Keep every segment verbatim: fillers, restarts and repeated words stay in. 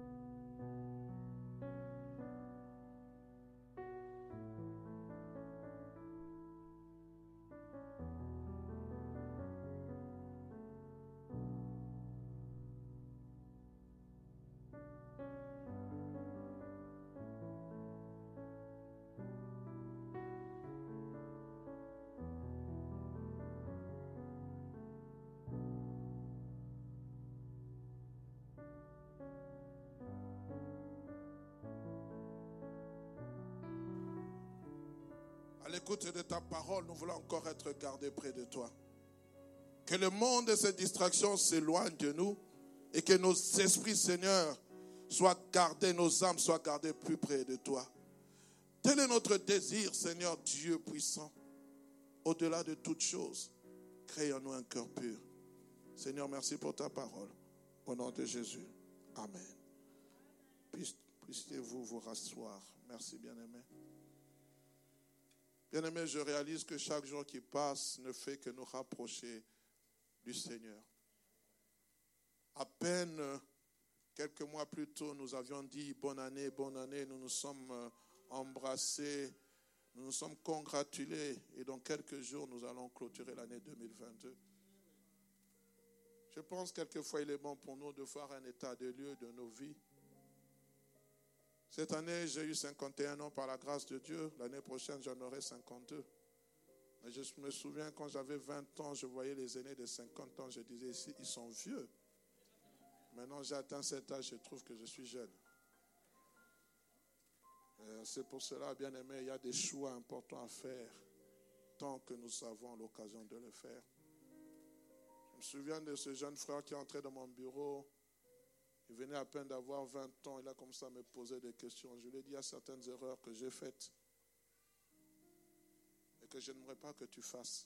À l'écoute de ta parole, nous voulons encore être gardés près de toi. Que le monde et ses distractions s'éloignent de nous et que nos esprits, Seigneur, soient gardés, nos âmes soient gardées plus près de toi. Tel est notre désir, Seigneur Dieu puissant. Au-delà de toutes choses, crée en nous un cœur pur. Seigneur, merci pour ta parole. Au nom de Jésus. Amen. Puissiez-vous vous rasseoir. Merci, bien-aimé. Bien-aimé, je réalise que chaque jour qui passe ne fait que nous rapprocher du Seigneur. À peine quelques mois plus tôt, nous avions dit bonne année, bonne année. Nous nous sommes embrassés, nous nous sommes congratulés. Et dans quelques jours, nous allons clôturer l'année deux mille vingt-deux. Je pense quelquefois il est bon pour nous de faire un état de lieu de nos vies. Cette année, j'ai eu cinquante et un ans par la grâce de Dieu. L'année prochaine, j'en aurai cinquante-deux. Mais je me souviens quand j'avais vingt ans, je voyais les aînés de cinquante ans. Je disais, ici, ils sont vieux. Maintenant, j'ai atteint cet âge, je trouve que je suis jeune. Et c'est pour cela, bien aimé, il y a des choix importants à faire tant que nous avons l'occasion de le faire. Je me souviens de ce jeune frère qui est entré dans mon bureau. Il venait à peine d'avoir vingt ans, il a commencé à me poser des questions. Je lui ai dit, il y a certaines erreurs que j'ai faites et que je n'aimerais pas que tu fasses.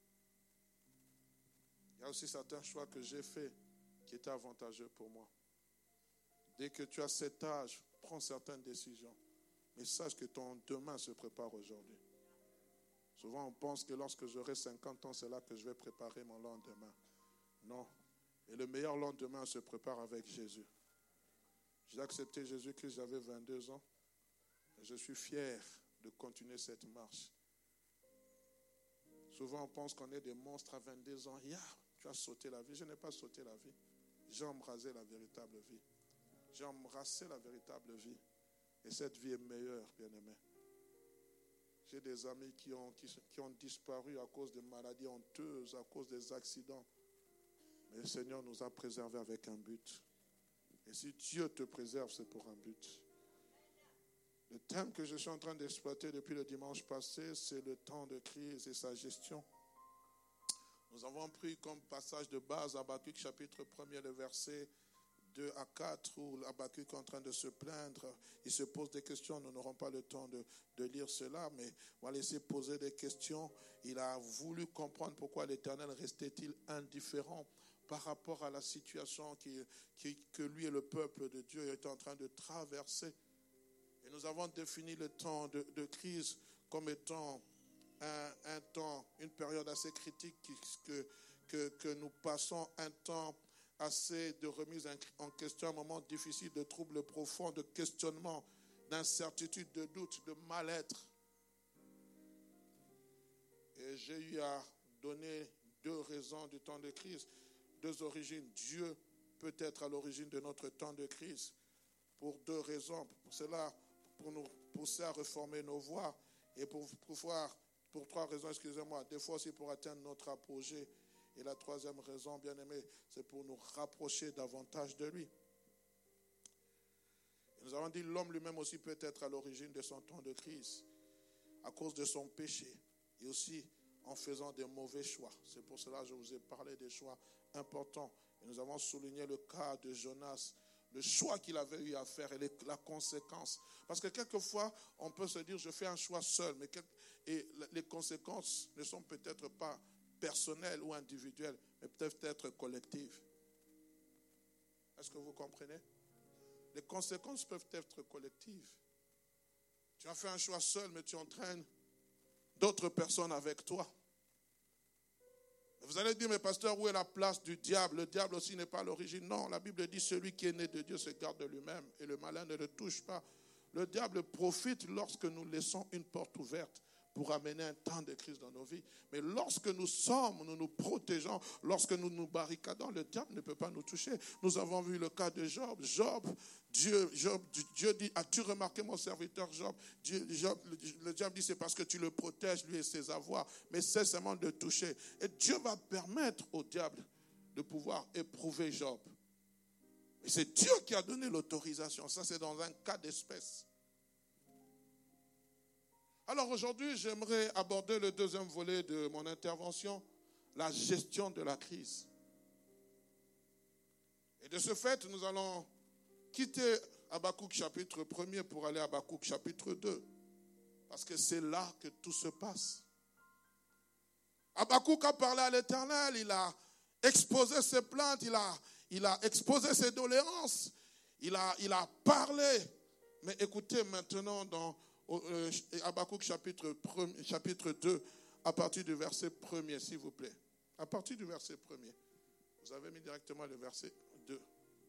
Il y a aussi certains choix que j'ai faits qui étaient avantageux pour moi. Dès que tu as cet âge, prends certaines décisions. Mais sache que ton demain se prépare aujourd'hui. Souvent, on pense que lorsque j'aurai cinquante ans, c'est là que je vais préparer mon lendemain. Non. Et le meilleur lendemain se prépare avec Jésus. J'ai accepté Jésus-Christ, j'avais vingt-deux ans. Et je suis fier de continuer cette marche. Souvent, on pense qu'on est des monstres à vingt-deux ans. Yeah, tu as sauté la vie. Je n'ai pas sauté la vie. J'ai embrasé la véritable vie. J'ai embrassé la véritable vie. Et cette vie est meilleure, bien-aimé. J'ai des amis qui ont, qui, qui ont disparu à cause de maladies honteuses, à cause des accidents. Mais le Seigneur nous a préservés avec un but. Et si Dieu te préserve, c'est pour un but. Le thème que je suis en train d'exploiter depuis le dimanche passé, c'est le temps de crise et sa gestion. Nous avons pris comme passage de base Habakkuk chapitre un, le verset deux à quatre, où Habakkuk est en train de se plaindre. Il se pose des questions. Nous n'aurons pas le temps de, de lire cela, mais on va laisser poser des questions. Il a voulu comprendre pourquoi l'Éternel restait-il indifférent par rapport à la situation qui, qui, que lui et le peuple de Dieu étaient en train de traverser. Et nous avons défini le temps de, de crise comme étant un, un temps, une période assez critique que, que, que nous passons, un temps assez de remise en question, un moment difficile, de troubles profonds, de questionnement, d'incertitude, de doute, de mal-être. Et j'ai eu à donner deux raisons du temps de crise. Deux origines. Dieu peut être à l'origine de notre temps de crise pour deux raisons. Pour cela, pour nous pousser à reformer nos voies et pour pouvoir, pour trois raisons, excusez-moi, des fois aussi pour atteindre notre apogée. Et la troisième raison, bien aimé, c'est pour nous rapprocher davantage de lui. Et nous avons dit l'homme lui-même aussi peut être à l'origine de son temps de crise à cause de son péché et aussi en faisant des mauvais choix. C'est pour cela que je vous ai parlé des choix importants. Et nous avons souligné le cas de Jonas, le choix qu'il avait eu à faire et les, la conséquence. Parce que quelquefois, on peut se dire, je fais un choix seul, mais quel, et les conséquences ne sont peut-être pas personnelles ou individuelles, mais peuvent être collectives. Est-ce que vous comprenez? Les conséquences peuvent être collectives. Tu as fait un choix seul, mais tu entraînes d'autres personnes avec toi. Vous allez dire, mais pasteur, où est la place du diable? Le diable aussi n'est pas l'origine. Non, la Bible dit, celui qui est né de Dieu se garde de lui-même et le malin ne le touche pas. Le diable profite lorsque nous laissons une porte ouverte pour amener un temps de crise dans nos vies. Mais lorsque nous sommes, nous nous protégeons, lorsque nous nous barricadons, le diable ne peut pas nous toucher. Nous avons vu le cas de Job. Job, Dieu, Job, Dieu dit, as-tu remarqué mon serviteur Job? Dieu, Job le, le diable dit, c'est parce que tu le protèges, lui et ses avoirs, mais c'est seulement de toucher. Et Dieu va permettre au diable de pouvoir éprouver Job. Et c'est Dieu qui a donné l'autorisation. Ça, c'est dans un cas d'espèce. Alors aujourd'hui, j'aimerais aborder le deuxième volet de mon intervention, la gestion de la crise. Et de ce fait, nous allons quitter Habakkuk chapitre premier pour aller à Habakkuk chapitre deux. Parce que c'est là que tout se passe. Habakkuk a parlé à l'Éternel, il a exposé ses plaintes, il a, il a exposé ses doléances, il a, il a parlé. Mais écoutez maintenant dans Habakkuk chapitre, chapitre deux, à partir du verset premier, s'il vous plaît. À partir du verset premier. Vous avez mis directement le verset deux.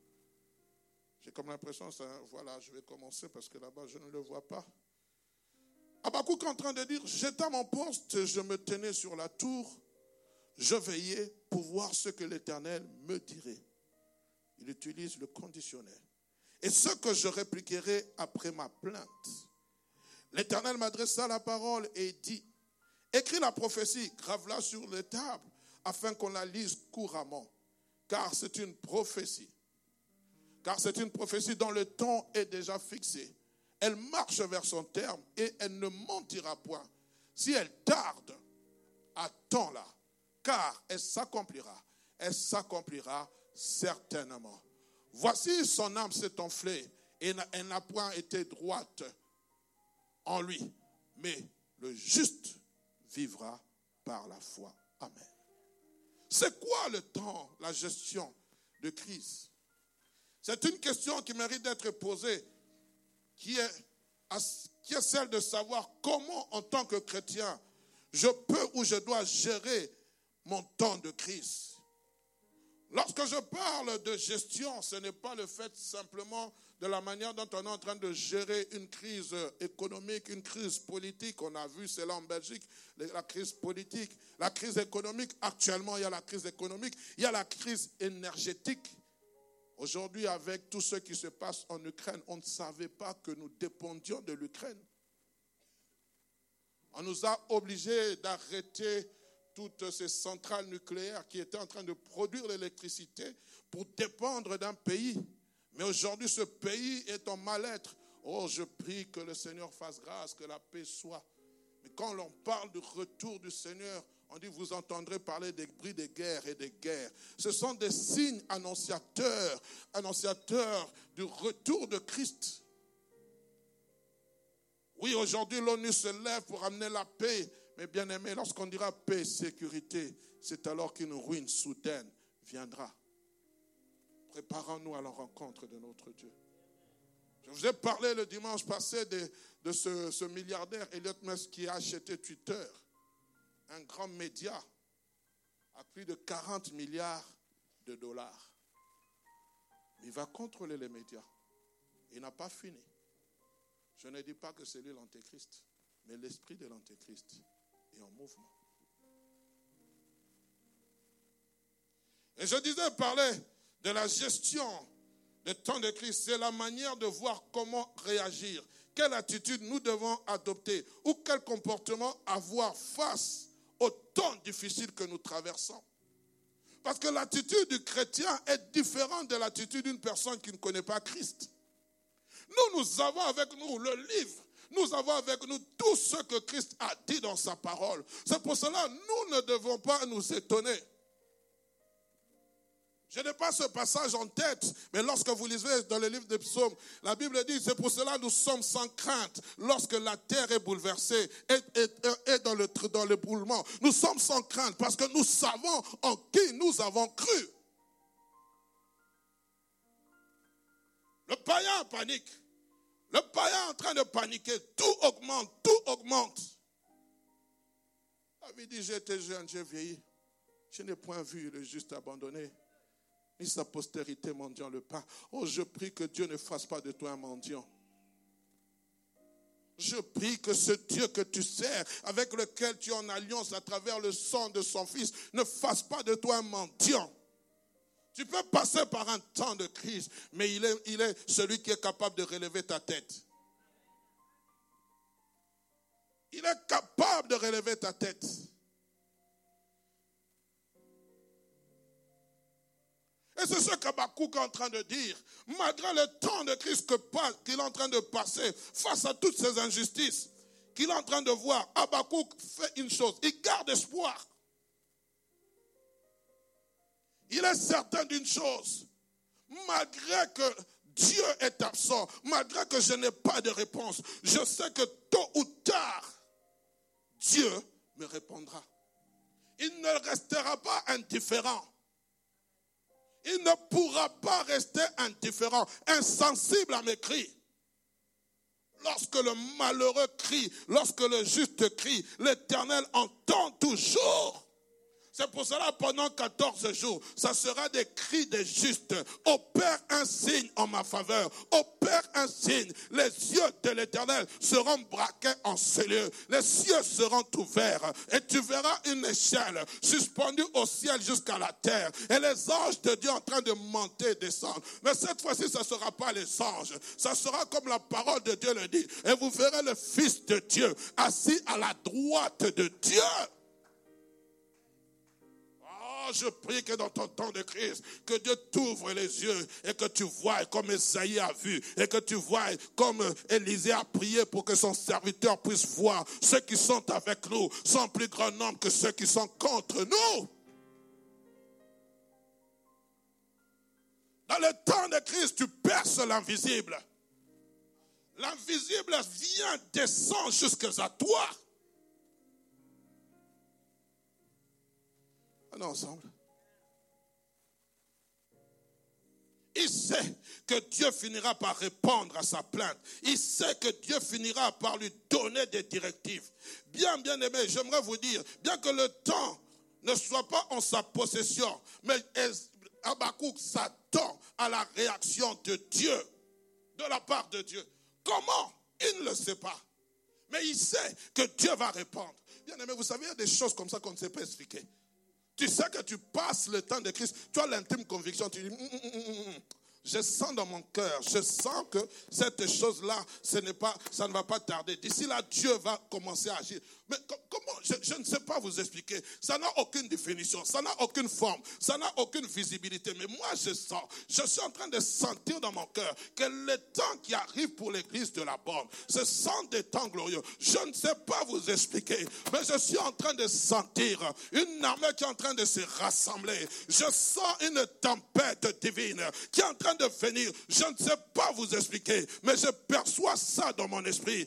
J'ai comme l'impression, ça, voilà, je vais commencer parce que là-bas, je ne le vois pas. Habakkuk est en train de dire, j'étais à mon poste, je me tenais sur la tour, je veillais pour voir ce que l'Éternel me dirait. Il utilise le conditionnel. Et ce que je répliquerai après ma plainte. L'Éternel m'adressa la parole et dit, écris la prophétie, grave-la sur les tables, afin qu'on la lise couramment, car c'est une prophétie. Car c'est une prophétie dont le temps est déjà fixé. Elle marche vers son terme et elle ne mentira point. Si elle tarde, attends-la, car elle s'accomplira. Elle s'accomplira certainement. Voici son âme s'est enflée et elle n'a point été droite en lui. Mais le juste vivra par la foi. Amen. C'est quoi le temps, la gestion de crise? C'est une question qui mérite d'être posée, qui est, qui est celle de savoir comment, en tant que chrétien, je peux ou je dois gérer mon temps de crise. Lorsque je parle de gestion, ce n'est pas le fait simplement de la manière dont on est en train de gérer une crise économique, une crise politique. On a vu cela en Belgique, la crise politique, la crise économique. Actuellement, il y a la crise économique, il y a la crise énergétique. Aujourd'hui, avec tout ce qui se passe en Ukraine, on ne savait pas que nous dépendions de l'Ukraine. On nous a obligés d'arrêter toutes ces centrales nucléaires qui étaient en train de produire l'électricité pour dépendre d'un pays. Mais aujourd'hui, ce pays est en mal-être. Oh, je prie que le Seigneur fasse grâce, que la paix soit. Mais quand l'on parle du retour du Seigneur, on dit, vous entendrez parler des bruits des guerres et des guerres. Ce sont des signes annonciateurs, annonciateurs du retour de Christ. Oui, aujourd'hui, l'ONU se lève pour amener la paix. Mais bien aimé, lorsqu'on dira paix et sécurité, c'est alors qu'une ruine soudaine viendra. Préparons-nous à la rencontre de notre Dieu. Je vous ai parlé le dimanche passé de, de ce, ce milliardaire Elon Musk qui a acheté Twitter, un grand média, à plus de quarante milliards de dollars. Il va contrôler les médias. Il n'a pas fini. Je ne dis pas que c'est lui l'antéchrist, mais l'esprit de l'antéchrist est en mouvement. Et je disais parler de la gestion des temps de crise, c'est la manière de voir comment réagir, quelle attitude nous devons adopter ou quel comportement avoir face aux temps difficiles que nous traversons. Parce que l'attitude du chrétien est différente de l'attitude d'une personne qui ne connaît pas Christ. Nous, nous avons avec nous le livre. Nous avons avec nous tout ce que Christ a dit dans sa parole. C'est pour cela que nous ne devons pas nous étonner. Je n'ai pas ce passage en tête, mais lorsque vous lisez dans le livre des psaumes, la Bible dit, c'est pour cela que nous sommes sans crainte lorsque la terre est bouleversée et, et, et dans le, dans l'éboulement. Nous sommes sans crainte parce que nous savons en qui nous avons cru. Le païen panique. Le païen est en train de paniquer. Tout augmente, tout augmente. David dit, j'étais jeune, j'ai vieilli. Je n'ai point vu le juste abandonné, ni sa postérité mendiant le pain. Oh, je prie que Dieu ne fasse pas de toi un mendiant. Je prie que ce Dieu que tu sers, avec lequel tu es en alliance à travers le sang de son Fils, ne fasse pas de toi un mendiant. Tu peux passer par un temps de crise, mais il est, il est celui qui est capable de relever ta tête. Il est capable de relever ta tête. Et c'est ce qu'Habakkuk est en train de dire. Malgré le temps de crise qu'il est en train de passer, face à toutes ces injustices qu'il est en train de voir, Habakkuk fait une chose. Il garde espoir. Il est certain d'une chose. Malgré que Dieu est absent, malgré que je n'ai pas de réponse, je sais que tôt ou tard, Dieu me répondra. Il ne restera pas indifférent. Il ne pourra pas rester indifférent, insensible à mes cris. Lorsque le malheureux crie, lorsque le juste crie, l'Éternel entend toujours. C'est pour cela, pendant quatorze jours, ça sera des cris des justes. Opère un signe en ma faveur. Opère un signe. Les yeux de l'Éternel seront braqués en ce lieu. Les cieux seront ouverts. Et tu verras une échelle suspendue au ciel jusqu'à la terre. Et les anges de Dieu en train de monter et descendre. Mais cette fois-ci, ça ne sera pas les anges. Ça sera comme la parole de Dieu le dit. Et vous verrez le Fils de Dieu assis à la droite de Dieu. Je prie que dans ton temps de crise, que Dieu t'ouvre les yeux et que tu vois comme Esaïe a vu et que tu vois comme Élisée a prié pour que son serviteur puisse voir. Ceux qui sont avec nous sont plus grand nombre que ceux qui sont contre nous. Dans le temps de crise, tu perces l'invisible. L'invisible vient descendre jusqu'à toi. On est ensemble. Il sait que Dieu finira par répondre à sa plainte. Il sait que Dieu finira par lui donner des directives. Bien, bien aimé, j'aimerais vous dire, bien que le temps ne soit pas en sa possession, mais Habakkuk s'attend à la réaction de Dieu, de la part de Dieu. Comment? Il ne le sait pas. Mais il sait que Dieu va répondre. Bien aimé, vous savez, il y a des choses comme ça qu'on ne sait pas expliquer. Tu sais que tu passes le temps de Christ, tu as l'intime conviction, tu dis, mm, mm, mm, mm. Je sens dans mon cœur, je sens que cette chose-là, ce n'est pas, ça ne va pas tarder. D'ici là, Dieu va commencer à agir. Mais comment, je, je ne sais pas vous expliquer. Ça n'a aucune définition, ça n'a aucune forme, ça n'a aucune visibilité. Mais moi, je sens, je suis en train de sentir dans mon cœur que les temps qui arrivent pour l'église de la borne, ce sont des temps glorieux. Je ne sais pas vous expliquer, mais je suis en train de sentir une armée qui est en train de se rassembler. Je sens une tempête divine qui est en train de venir. Je ne sais pas vous expliquer, mais je perçois ça dans mon esprit.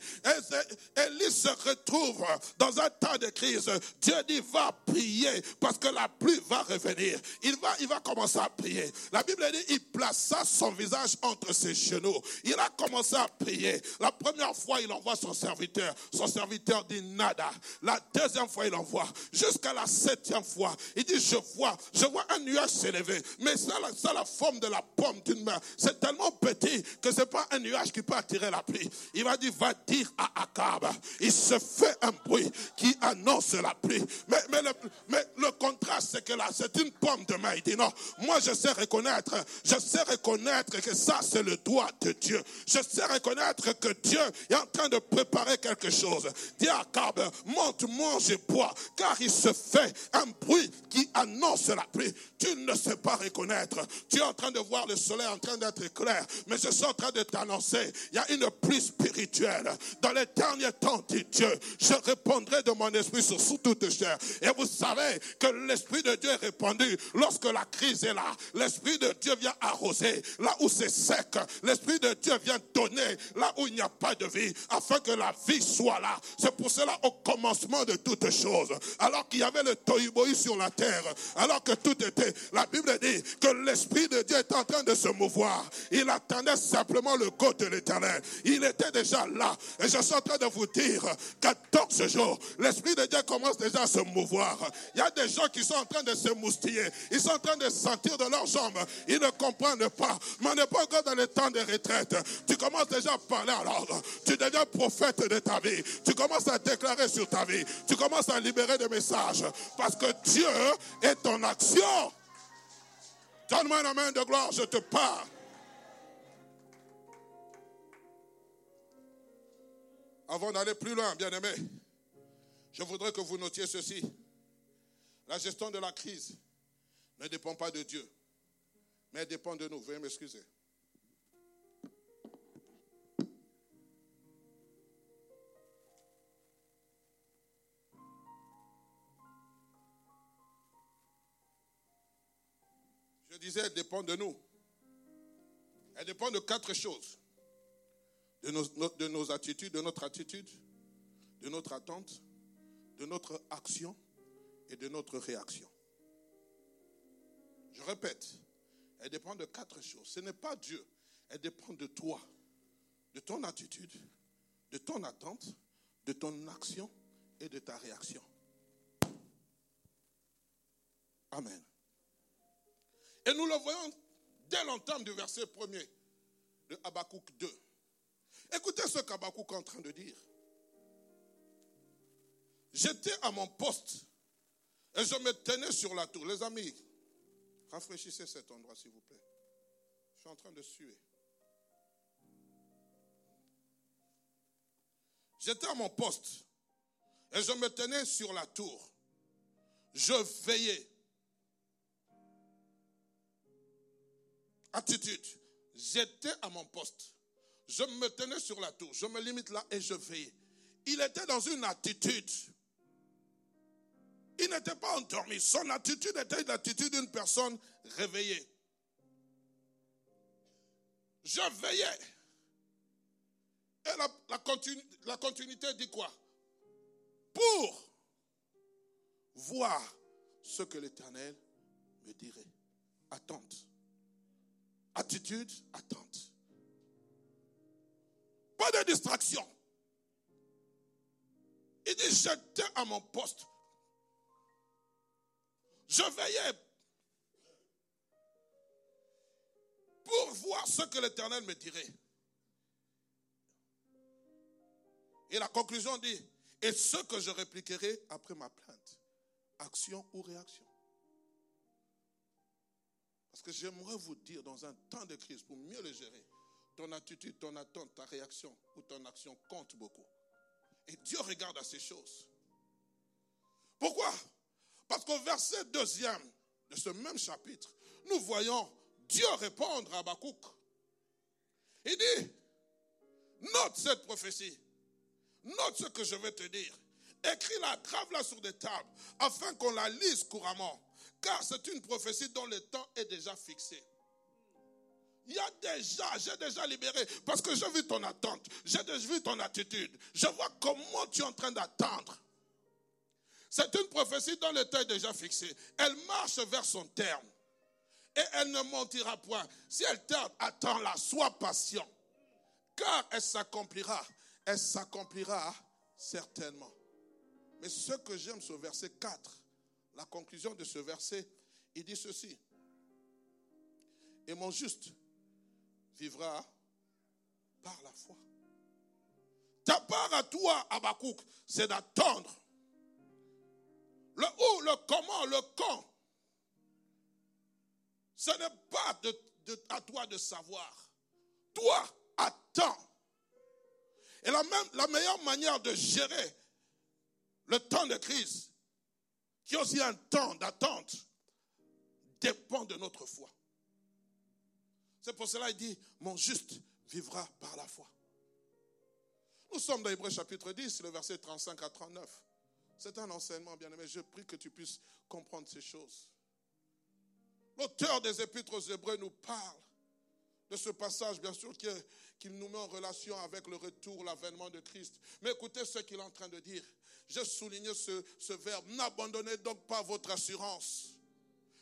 Et Élie se retrouve dans un temps de crise. Dieu dit, va prier parce que la pluie va revenir. Il va, il va commencer à prier. La Bible dit, il plaça son visage entre ses genoux. Il a commencé à prier. La première fois, il envoie son serviteur. Son serviteur dit nada. La deuxième fois, il envoie. Jusqu'à la septième fois, il dit, je vois, je vois un nuage s'élever. Mais ça, ça a la forme de la pomme d'une main. C'est tellement petit que ce n'est pas un nuage qui peut attirer la pluie. Il va dire, va dire à Akab, il se fait un bruit qui annonce la pluie. Mais, mais, le, mais le contraste, c'est que là, c'est une pomme de main. Il dit, non, moi je sais reconnaître, je sais reconnaître que ça, c'est le doigt de Dieu. Je sais reconnaître que Dieu est en train de préparer quelque chose. Dis à Akab, monte, mange et bois, car il se fait un bruit qui annonce la pluie. Tu ne sais pas reconnaître. Tu es en train de voir le soleil en train d'être clair, mais je suis en train de t'annoncer, il y a une pluie spirituelle. Dans les derniers temps, dit Dieu, je répondrai de mon esprit sur, sur toute chair. Et vous savez que l'esprit de Dieu est répandu lorsque la crise est là. L'esprit de Dieu vient arroser là où c'est sec. L'esprit de Dieu vient donner là où il n'y a pas de vie, afin que la vie soit là. C'est pour cela, au commencement de toutes choses, alors qu'il y avait le tohu-bohu sur la terre, alors que tout était, la Bible dit que l'esprit de Dieu est en train de se mouvoir. Il attendait simplement le go de l'Éternel. Il était déjà là. Et je suis en train de vous dire qu'à ce jour, l'Esprit de Dieu commence déjà à se mouvoir. Il y a des gens qui sont en train de se moustiller. Ils sont en train de sentir de leurs jambes. Ils ne comprennent pas. Mais on n'est pas encore dans le temps de retraite. Tu commences déjà à parler à l'ordre. Tu deviens prophète de ta vie. Tu commences à déclarer sur ta vie. Tu commences à libérer des messages. Parce que Dieu est en action. Donne-moi la main de gloire, je te parle. Avant d'aller plus loin, bien-aimés, je voudrais que vous notiez ceci. La gestion de la crise ne dépend pas de Dieu, mais elle dépend de nous. Veuillez m'excuser. Je disais, elle dépend de nous. Elle dépend de quatre choses. De nos, de nos attitudes, de notre attitude, de notre attente, de notre action et de notre réaction. Je répète, elle dépend de quatre choses. Ce n'est pas Dieu, elle dépend de toi, de ton attitude, de ton attente, de ton action et de ta réaction. Amen. Et nous le voyons dès l'entame du verset premier de Habakkuk deux. Écoutez ce qu'Habakkuk est en train de dire. J'étais à mon poste et je me tenais sur la tour. Les amis, rafraîchissez cet endroit s'il vous plaît. Je suis en train de suer. J'étais à mon poste et je me tenais sur la tour. Je veillais. Attitude. J'étais à mon poste. Je me tenais sur la tour. Je me limite là et je veillais. Il était dans une attitude. Il n'était pas endormi. Son attitude était l'attitude d'une personne réveillée. Je veillais. Et la, la, continu, la continuité dit quoi? Pour voir ce que l'Éternel me dirait. Attente. Attitude, attente. Pas de distraction. Il dit, j'étais à mon poste. Je veillais pour voir ce que l'Éternel me dirait. Et la conclusion dit, et ce que je répliquerai après ma plainte, action ou réaction. Parce que j'aimerais vous dire, dans un temps de crise, pour mieux le gérer, ton attitude, ton attente, ta réaction ou ton action compte beaucoup. Et Dieu regarde à ces choses. Pourquoi? Parce qu'au verset deuxième de ce même chapitre, nous voyons Dieu répondre à Habakkuk. Il dit, note cette prophétie. Note ce que je vais te dire. Écris-la, grave-la sur des tables, afin qu'on la lise couramment. Car c'est une prophétie dont le temps est déjà fixé. Il y a déjà, j'ai déjà libéré, parce que j'ai vu ton attente, j'ai déjà vu ton attitude. Je vois comment tu es en train d'attendre. C'est une prophétie dont le temps est déjà fixé. Elle marche vers son terme. Et elle ne mentira point. Si elle tarde, attends-la, sois patient. Car elle s'accomplira. Elle s'accomplira certainement. Mais ce que j'aime sur verset quatre, la conclusion de ce verset, il dit ceci. Et mon juste vivra par la foi. Ta part à toi, Habakkuk, c'est d'attendre. Le où, le comment, le quand. Ce n'est pas de, de, à toi de savoir. Toi, attends. Et la, même, la meilleure manière de gérer le temps de crise, qui est aussi un temps d'attente, dépend de notre foi. C'est pour cela qu'il dit, mon juste vivra par la foi. Nous sommes dans Hébreux chapitre dix, le verset trente-cinq à trente-neuf. C'est un enseignement, bien-aimé. Je prie que tu puisses comprendre ces choses. L'auteur des épîtres aux Hébreux nous parle de ce passage, bien sûr, qui, est, qui nous met en relation avec le retour, l'avènement de Christ. Mais écoutez ce qu'il est en train de dire. J'ai souligné ce, ce verbe. N'abandonnez donc pas votre assurance.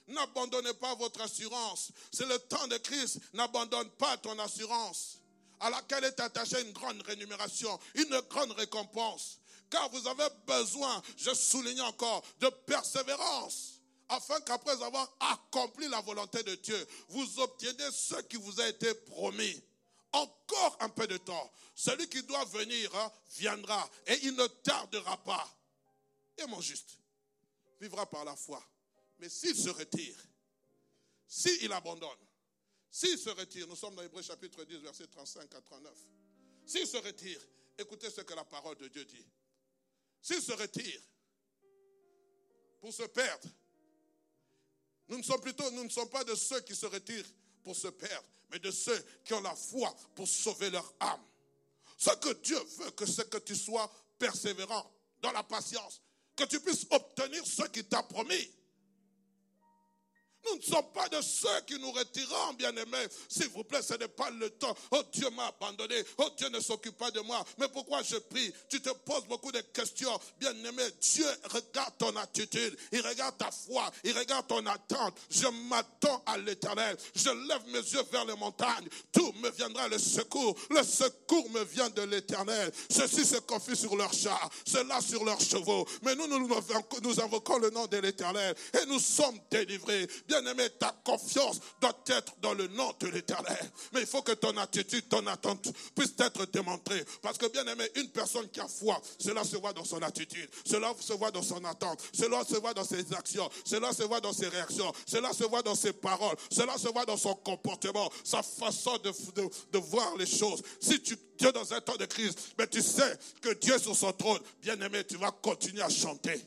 N'abandonnez pas votre assurance. C'est le temps de crise. N'abandonne pas ton assurance à laquelle est attachée une grande rémunération, une grande récompense. Car vous avez besoin, je souligne encore, de persévérance, afin qu'après avoir accompli la volonté de Dieu, vous obteniez ce qui vous a été promis. Encore un peu de temps. Celui qui doit venir hein, viendra et il ne tardera pas. Et mon juste vivra par la foi. Mais s'il se retire, s'il abandonne, s'il se retire, nous sommes dans Hébreux chapitre dix, versets trente-cinq à trente-neuf. S'il se retire, écoutez ce que la parole de Dieu dit. S'il se retire pour se perdre, nous ne sommes plutôt, nous ne sommes pas de ceux qui se retirent pour se perdre, mais de ceux qui ont la foi pour sauver leur âme. Ce que Dieu veut, que c'est que tu sois persévérant dans la patience, que tu puisses obtenir ce qu'il t'a promis. Nous ne sommes pas de ceux qui nous retirons, bien-aimés. S'il vous plaît, ce n'est pas le temps. Oh, Dieu m'a abandonné. Oh, Dieu ne s'occupe pas de moi. Mais pourquoi je prie? Tu te poses beaucoup de questions. Bien-aimé, Dieu regarde ton attitude. Il regarde ta foi. Il regarde ton attente. Je m'attends à l'Éternel. Je lève mes yeux vers les montagnes. Tout me viendra le secours. Le secours me vient de l'Éternel. Ceux-ci se confient sur leurs chars. Ceux-là sur leurs chevaux. Mais nous, nous, nous invoquons le nom de l'Éternel. Et nous sommes délivrés. Bien-aimé, ta confiance doit être dans le nom de l'Éternel. Mais il faut que ton attitude, ton attente puisse être démontrée. Parce que, bien-aimé, une personne qui a foi, cela se voit dans son attitude. Cela se voit dans son attente. Cela se voit dans ses actions. Cela se voit dans ses réactions. Cela se voit dans ses paroles. Cela se voit dans son comportement. Sa façon de, de, de voir les choses. Si tu es dans un temps de crise, mais tu sais que Dieu est sur son trône, bien-aimé, tu vas continuer à chanter.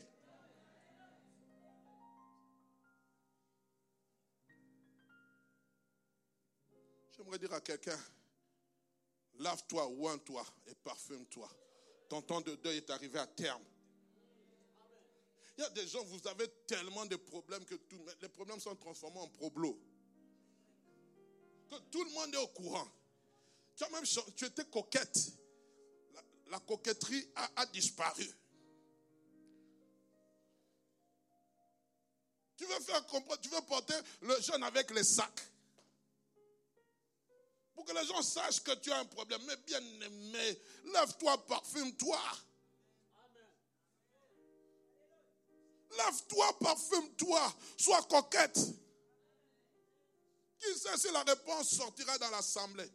J'aimerais dire à quelqu'un, lave-toi, oins-toi et parfume-toi. Ton temps de deuil est arrivé à terme. Il y a des gens, vous avez tellement de problèmes que tout, les problèmes sont transformés en problèmes. Que tout le monde est au courant. Tu as même, tu étais coquette. La, la coquetterie a, a disparu. Tu veux faire comprendre, tu veux porter le jeune avec les sacs. Pour que les gens sachent que tu as un problème. Mais bien aimé, lève-toi, parfume-toi. Lève-toi, parfume-toi. Sois coquette. Qui sait si la réponse sortira dans l'assemblée?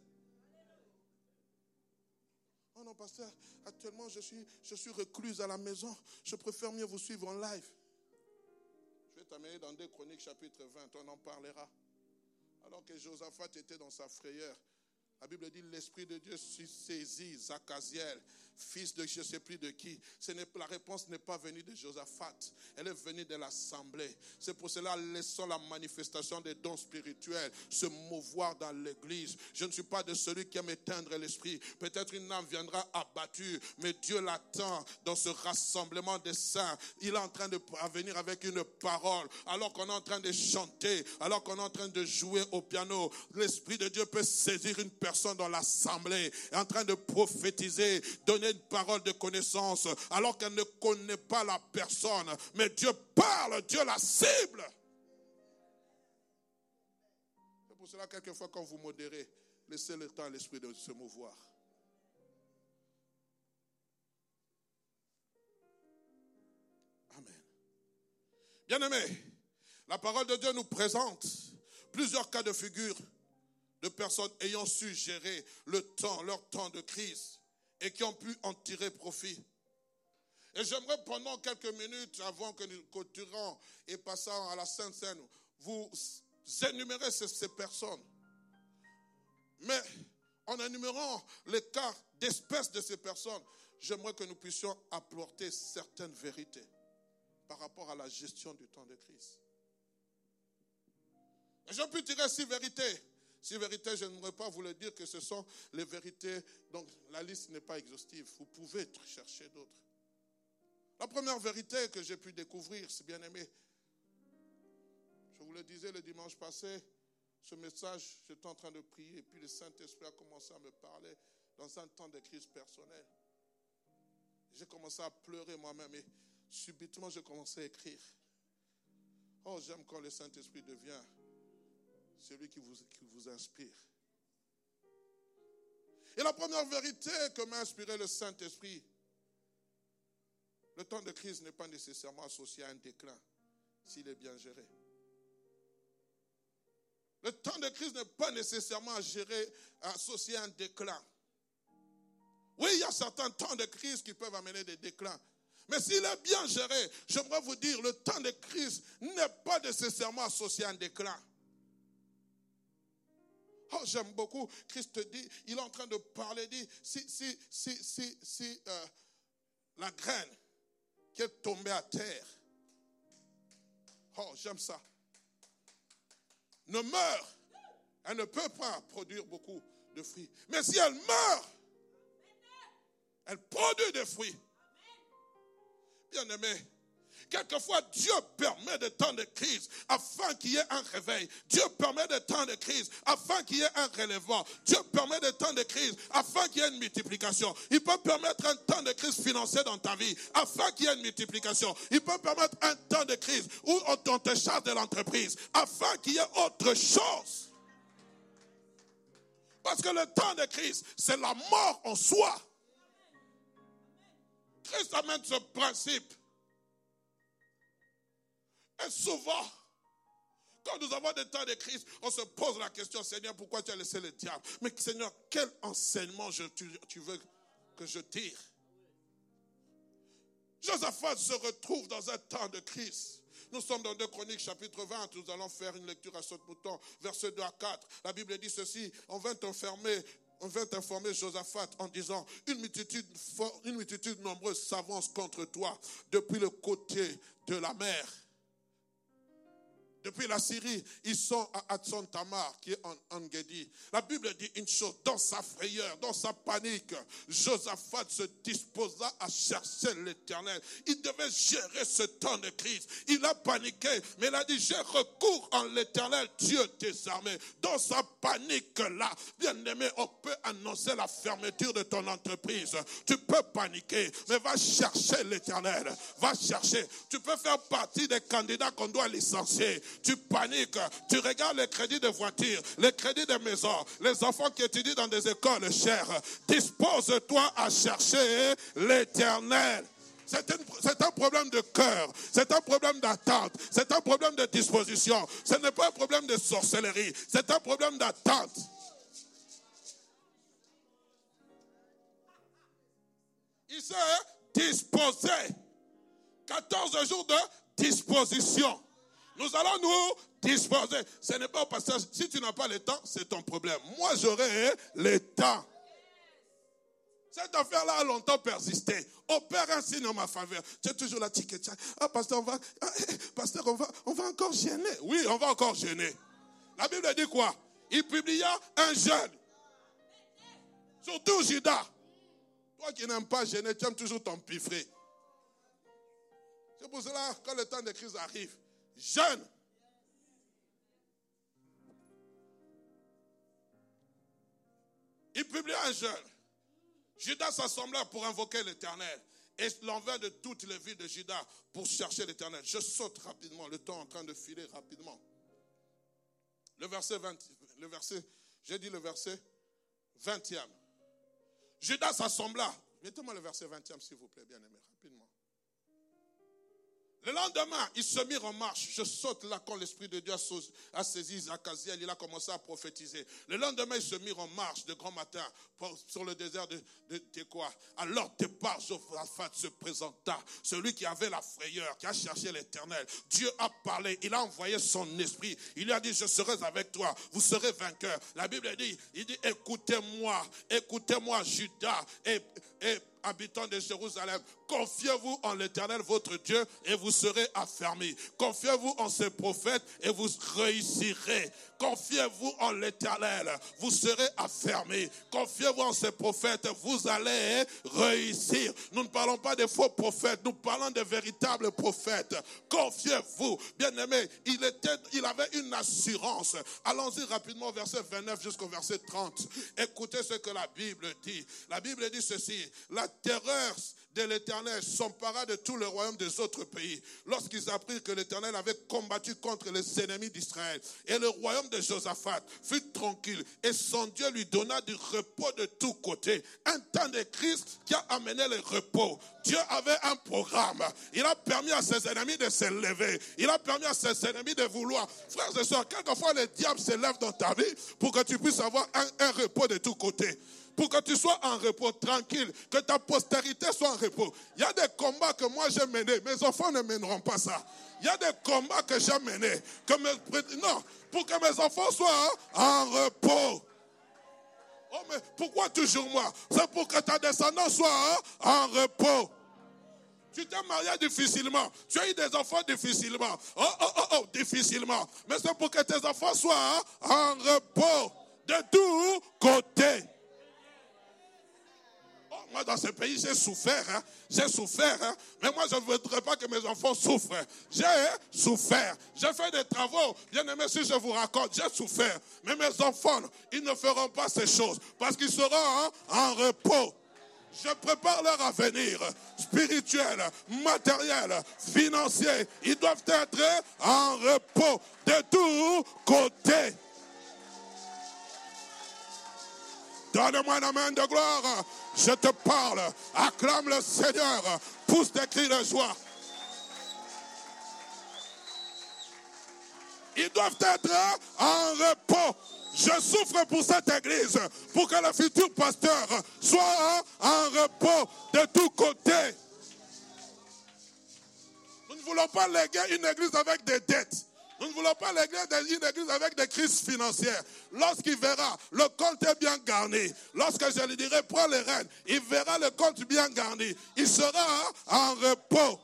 Oh non, pasteur, actuellement je suis, je suis recluse à la maison. Je préfère mieux vous suivre en live. Je vais t'amener dans deux Chroniques chapitre vingt, on en parlera. Alors que Josaphat était dans sa frayeur, la Bible dit l'Esprit de Dieu saisit Zachaziel, fils de je ne sais plus de qui. Ce n'est, la réponse n'est pas venue de Josaphat, elle est venue de l'assemblée. C'est pour cela, laissons la manifestation des dons spirituels se mouvoir dans l'église. Je ne suis pas de celui qui aime éteindre l'esprit. Peut-être une âme viendra abattue, mais Dieu l'attend dans ce rassemblement des saints. Il est en train de venir avec une parole, alors qu'on est en train de chanter, alors qu'on est en train de jouer au piano. L'Esprit de Dieu peut saisir une personne dans l'assemblée, est en train de prophétiser, donner une parole de connaissance, alors qu'elle ne connaît pas la personne. Mais Dieu parle, Dieu la cible. C'est pour cela, quelquefois, quand vous modérez, laissez le temps à l'Esprit de se mouvoir. Amen. Bien-aimés, la parole de Dieu nous présente plusieurs cas de figure de personnes ayant su gérer le temps, leur temps de crise et qui ont pu en tirer profit. Et j'aimerais pendant quelques minutes, avant que nous clôturons et passons à la Sainte Seine, vous énumérer ces, ces personnes. Mais en énumérant les cas d'espèce de ces personnes, j'aimerais que nous puissions apporter certaines vérités par rapport à la gestion du temps de crise. J'ai pu tirer six vérités. Six vérités, je n'aimerais pas vous le dire que ce sont les vérités. Donc la liste n'est pas exhaustive. Vous pouvez chercher d'autres. La première vérité que j'ai pu découvrir, c'est bien aimé. Je vous le disais le dimanche passé, ce message, j'étais en train de prier et puis le Saint-Esprit a commencé à me parler dans un temps de crise personnelle. J'ai commencé à pleurer moi-même et subitement j'ai commencé à écrire. Oh, j'aime quand le Saint-Esprit devient celui qui vous, qui vous inspire. Et la première vérité que m'a inspiré le Saint-Esprit, le temps de crise n'est pas nécessairement associé à un déclin s'il est bien géré. Le temps de crise n'est pas nécessairement à gérer, associé à un déclin. Oui, il y a certains temps de crise qui peuvent amener des déclins. Mais s'il est bien géré, j'aimerais vous dire, le temps de crise n'est pas nécessairement associé à un déclin. Oh, j'aime beaucoup, Christ dit, il est en train de parler, dit, si, si, si, si, si euh, la graine qui est tombée à terre, oh, j'aime ça, ne meurt, elle ne peut pas produire beaucoup de fruits. Mais si elle meurt, elle produit des fruits. Bien-aimé, quelquefois Dieu permet des temps de crise afin qu'il y ait un réveil. Dieu permet des temps de crise afin qu'il y ait un relèvement. Dieu permet des temps de crise afin qu'il y ait une multiplication. Il peut permettre un temps de crise financière dans ta vie afin qu'il y ait une multiplication. Il peut permettre un temps de crise où on te charge de l'entreprise afin qu'il y ait autre chose. Parce que le temps de crise, c'est la mort en soi. Christ amène ce principe. Et souvent, quand nous avons des temps de crise, on se pose la question, Seigneur, pourquoi tu as laissé le diable? Mais Seigneur, quel enseignement je, tu, tu veux que je tire? Josaphat se retrouve dans un temps de crise. Nous sommes dans deux Chroniques, chapitre vingt. Nous allons faire une lecture à ce bouton, versets deux à quatre. La Bible dit ceci, on vint enfermer... On vint informer Josaphat en disant, une multitude, une multitude nombreuse s'avance contre toi depuis le côté de la mer. Depuis la Syrie, ils sont à Hatson Tamar, qui est en En-Gedi. La Bible dit une chose, dans sa frayeur, dans sa panique, Josaphat se disposa à chercher l'Éternel. Il devait gérer ce temps de crise. Il a paniqué, mais il a dit, j'ai recours en l'Éternel, Dieu des armées. Dans sa panique-là, bien-aimé, on peut annoncer la fermeture de ton entreprise. Tu peux paniquer, mais va chercher l'Éternel. Va chercher. Tu peux faire partie des candidats qu'on doit licencier. Tu paniques, tu regardes les crédits de voiture, les crédits de maison, les enfants qui étudient dans des écoles chères. Dispose-toi à chercher l'Éternel. C'est, une, c'est un problème de cœur, c'est un problème d'attente, c'est un problème de disposition. Ce n'est pas un problème de sorcellerie, c'est un problème d'attente. Il s'est disposé. quatorze jours de disposition. Nous allons nous disposer. Ce n'est pas au passage. Si tu n'as pas le temps, c'est ton problème. Moi, j'aurai le temps. Cette affaire-là a longtemps persisté. Opère un signe en ma faveur. Tu es toujours là, tic et tchac. Ah, pasteur, on va, ah, pasteur, on va, on va encore gêner. Oui, on va encore gêner. La Bible dit quoi? Il publia un jeûne. Surtout Judas. Toi qui n'aimes pas gêner, tu aimes toujours t'empiffrer. C'est pour cela, quand le temps de crise arrive, jeûne. Il publia un jeûne. Judas s'assembla pour invoquer l'Éternel et l'envers de toutes les villes de Juda pour chercher l'Éternel. Je saute rapidement, le temps est en train de filer rapidement. Le verset vingt, le verset, j'ai dit le verset vingtième. Judas s'assembla. Mettez-moi le verset vingtième s'il vous plaît, bien aimé, rapidement. Le lendemain, ils se mirent en marche. Je saute là quand l'Esprit de Dieu a saisi Zachaziel. Il a commencé à prophétiser. Le lendemain, ils se mirent en marche de grand matin pour, sur le désert de, de Tekoa. À leur départ, Josaphat se présenta. Celui qui avait la frayeur, qui a cherché l'Éternel. Dieu a parlé. Il a envoyé son esprit. Il lui a dit, je serai avec toi. Vous serez vainqueurs. La Bible dit, il dit, écoutez-moi. Écoutez-moi, Judas et, et habitants de Jérusalem. Confiez-vous en l'Éternel, votre Dieu, et vous serez affermis. Confiez-vous en ses prophètes et vous réussirez. Confiez-vous en l'Éternel, vous serez affermis. Confiez-vous en ses prophètes, vous allez réussir. Nous ne parlons pas de faux prophètes, nous parlons de véritables prophètes. Confiez-vous. Bien-aimé, il était, il avait une assurance. Allons-y rapidement au verset vingt-neuf jusqu'au verset trente. Écoutez ce que la Bible dit. La Bible dit ceci. La terreur, de l'Éternel s'empara de tout le royaume des autres pays. Lorsqu'ils apprirent que l'Éternel avait combattu contre les ennemis d'Israël, et le royaume de Josaphat fut tranquille, et son Dieu lui donna du repos de tous côtés. Un temps de crise qui a amené le repos. Dieu avait un programme. Il a permis à ses ennemis de se lever. Il a permis à ses ennemis de vouloir. Frères et sœurs, quelquefois le diable se lève dans ta vie pour que tu puisses avoir un, un repos de tous côtés. Pour que tu sois en repos, tranquille, que ta postérité soit en repos. Il y a des combats que moi j'ai menés, mes enfants ne mèneront pas ça. Il y a des combats que j'ai menés, que mes, non, pour que mes enfants soient en repos. Oh, mais pourquoi toujours moi? C'est pour que ta descendance soit en repos. Tu t'es marié difficilement. Tu as eu des enfants difficilement. Oh, oh, oh, oh, difficilement. Mais c'est pour que tes enfants soient en repos de tous côtés. Oh, moi, dans ce pays, j'ai souffert. Hein. J'ai souffert. Hein. Mais moi, je ne voudrais pas que mes enfants souffrent. J'ai souffert. J'ai fait des travaux. Bien aimé, si je vous raconte, j'ai souffert. Mais mes enfants, ils ne feront pas ces choses. Parce qu'ils seront hein, en repos. Je prépare leur avenir spirituel, matériel, financier. Ils doivent être en repos de tous côtés. Donne-moi un amen de gloire. Je te parle. Acclame le Seigneur. Pousse des cris de joie. Ils doivent être en repos. Je souffre pour cette église, pour que le futur pasteur soit en repos de tous côtés. Nous ne voulons pas léguer une église avec des dettes. Nous ne voulons pas léguer une église avec des crises financières. Lorsqu'il verra le compte est bien garni, lorsque je lui dirai prends les rênes, il verra le compte bien garni. Il sera en repos.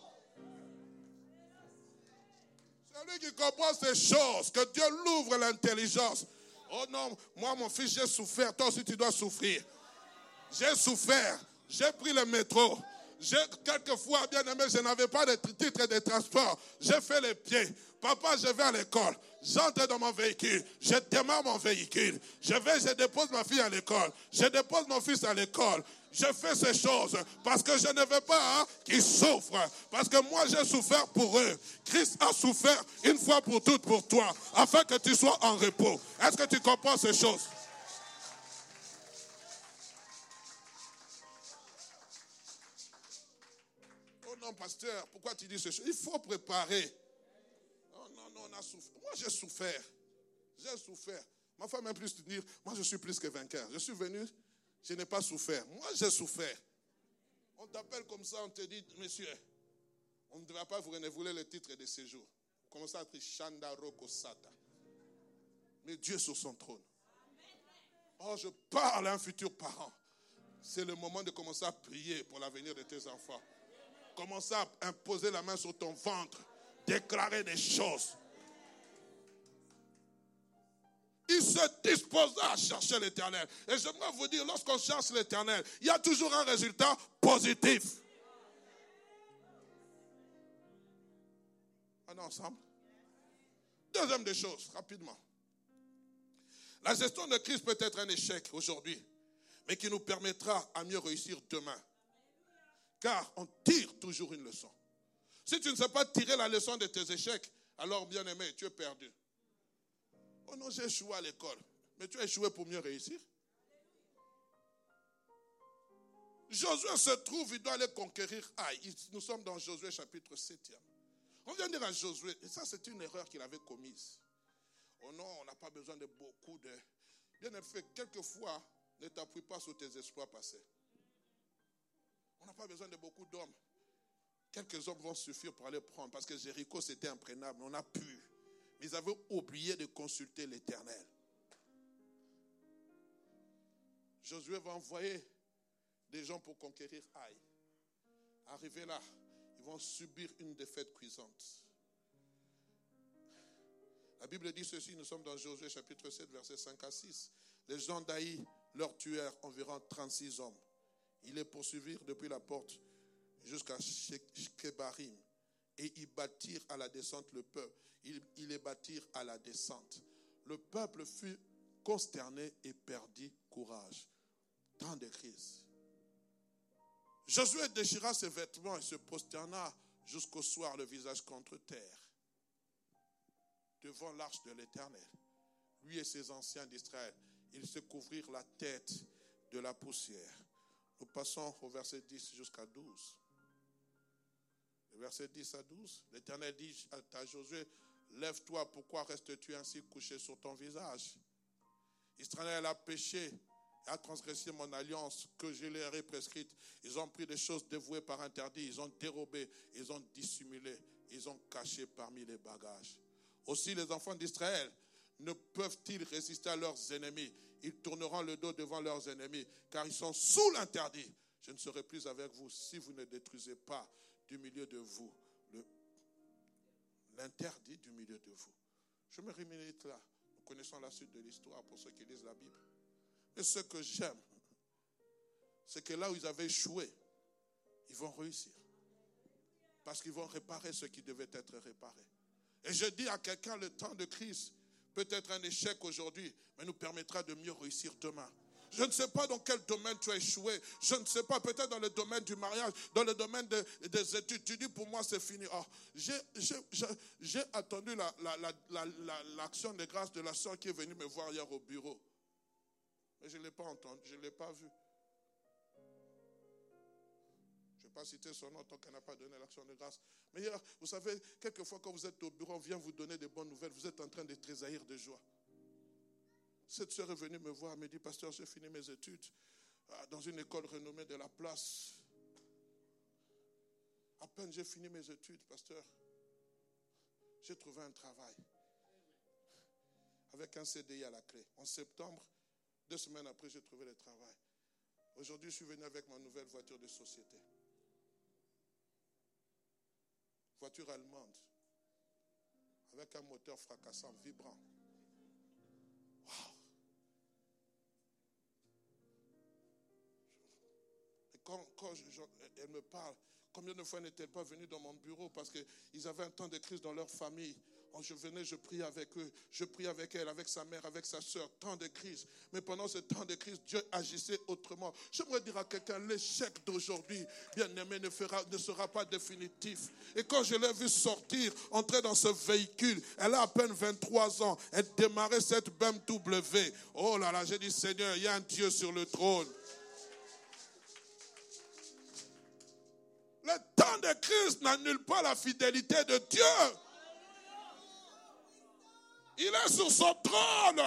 Celui qui comprend ces choses, que Dieu l'ouvre l'intelligence. Oh non, moi mon fils, j'ai souffert. Toi aussi tu dois souffrir. J'ai souffert. J'ai pris le métro. J'ai, quelquefois, bien aimé, je n'avais pas de titre de transport. J'ai fait les pieds. Papa, je vais à l'école. J'entre dans mon véhicule. Je démarre mon véhicule. Je vais, je dépose ma fille à l'école. Je dépose mon fils à l'école. Je fais ces choses parce que je ne veux pas hein, qu'ils souffrent. Parce que moi, j'ai souffert pour eux. Christ a souffert une fois pour toutes pour toi, afin que tu sois en repos. Est-ce que tu comprends ces choses? Oh non, pasteur, pourquoi tu dis ces choses? Il faut préparer. Oh non, non, on a souffert. Moi, j'ai souffert. J'ai souffert. Ma femme aime plus dire, moi, je suis plus que vainqueur. Je suis venu... Je n'ai pas souffert. Moi, j'ai souffert. On t'appelle comme ça, on te dit, monsieur, on ne va pas vous renouveler le titre de séjour. Vous commencez à être Shanda Roko Sata. Mais Dieu sur son trône. Oh, je parle à un futur parent. C'est le moment de commencer à prier pour l'avenir de tes enfants. Commencer à imposer la main sur ton ventre. Déclarer des choses. Il se disposa à chercher l'Éternel. Et j'aimerais vous dire, lorsqu'on cherche l'Éternel, il y a toujours un résultat positif. On est ensemble? Deuxième des choses, rapidement. La gestion de crise peut être un échec aujourd'hui, mais qui nous permettra à mieux réussir demain. Car on tire toujours une leçon. Si tu ne sais pas tirer la leçon de tes échecs, alors bien aimé, tu es perdu. Oh non, j'ai échoué à l'école. Mais tu as échoué pour mieux réussir. Josué se trouve, il doit aller conquérir Haï. Nous sommes dans Josué chapitre sept. On vient dire à Josué, et ça c'est une erreur qu'il avait commise. Oh non, on n'a pas besoin de beaucoup de... Bien fait, quelquefois, ne t'appuie pas sur tes espoirs passés. On n'a pas besoin de beaucoup d'hommes. Quelques hommes vont suffire pour aller prendre, parce que Jéricho c'était imprenable, on a pu. Mais ils avaient oublié de consulter l'Éternel. Josué va envoyer des gens pour conquérir Haï. Arrivés là, ils vont subir une défaite cuisante. La Bible dit ceci, nous sommes dans Josué chapitre sept, versets cinq à six. Les gens d'Haï leur tuèrent environ trente-six hommes. Ils les poursuivirent depuis la porte jusqu'à Shkebarim. Et ils battirent à la descente le peuple. Ils, ils les battirent à la descente. Le peuple fut consterné et perdit courage. Temps de crise. Josué déchira ses vêtements et se prosterna jusqu'au soir, le visage contre terre, devant l'arche de l'Éternel. Lui et ses anciens d'Israël, ils se couvrirent la tête de la poussière. Nous passons au verset dix jusqu'à douze. Le verset dix à douze, l'Éternel dit à Josué, lève-toi, pourquoi restes-tu ainsi couché sur ton visage? Israël a péché et a transgressé mon alliance que je leur ai prescrite. Ils ont pris des choses dévouées par interdit, ils ont dérobé, ils ont dissimulé, ils ont caché parmi les bagages. Aussi les enfants d'Israël ne peuvent-ils résister à leurs ennemis? Ils tourneront le dos devant leurs ennemis, car ils sont sous l'interdit. Je ne serai plus avec vous si vous ne détruisez pas du milieu de vous le, l'interdit du milieu de vous. Je me rémunère là. Nous connaissons la suite de l'histoire pour ceux qui lisent la Bible. Et ce que j'aime, c'est que là où ils avaient échoué, ils vont réussir. Parce qu'ils vont réparer ce qui devait être réparé. Et je dis à quelqu'un, le temps de crise peut être un échec aujourd'hui, mais nous permettra de mieux réussir demain. Je ne sais pas dans quel domaine tu as échoué. Je ne sais pas, peut-être dans le domaine du mariage, dans le domaine de, des études. Tu dis, pour moi, c'est fini. Oh, j'ai, j'ai, j'ai, j'ai attendu la, la, la, la, la, l'action de grâce de la soeur qui est venue me voir hier au bureau. Mais je ne l'ai pas entendu, je ne l'ai pas vu. Je ne vais pas citer son nom tant qu'elle n'a pas donné l'action de grâce. Mais hier, vous savez, quelquefois quand vous êtes au bureau, on vient vous donner des bonnes nouvelles. Vous êtes en train de tressaillir de joie. Cette sœur est venue me voir, elle me dit, pasteur, j'ai fini mes études dans une école renommée de la place. À peine j'ai fini mes études, pasteur, j'ai trouvé un travail avec un C D I à la clé. En septembre, deux semaines après, j'ai trouvé le travail. Aujourd'hui, je suis venu avec ma nouvelle voiture de société. Voiture allemande, avec un moteur fracassant, vibrant. Wow. Et quand, quand je, je, elle me parle, combien de fois n'était-elle pas venue dans mon bureau parce qu'ils avaient un temps de crise dans leur famille. Je venais, je priais avec eux, je priais avec elle, avec sa mère, avec sa soeur, temps de crise. Mais pendant ce temps de crise, Dieu agissait autrement. J'aimerais dire à quelqu'un, l'échec d'aujourd'hui, bien-aimé, ne, fera, ne sera pas définitif. Et quand je l'ai vue sortir, entrer dans ce véhicule, elle a à peine vingt-trois ans, elle démarrait cette B M W. Oh là là, j'ai dit, Seigneur, il y a un Dieu sur le trône. Le temps de crise n'annule pas la fidélité de Dieu. Il est sur son trône.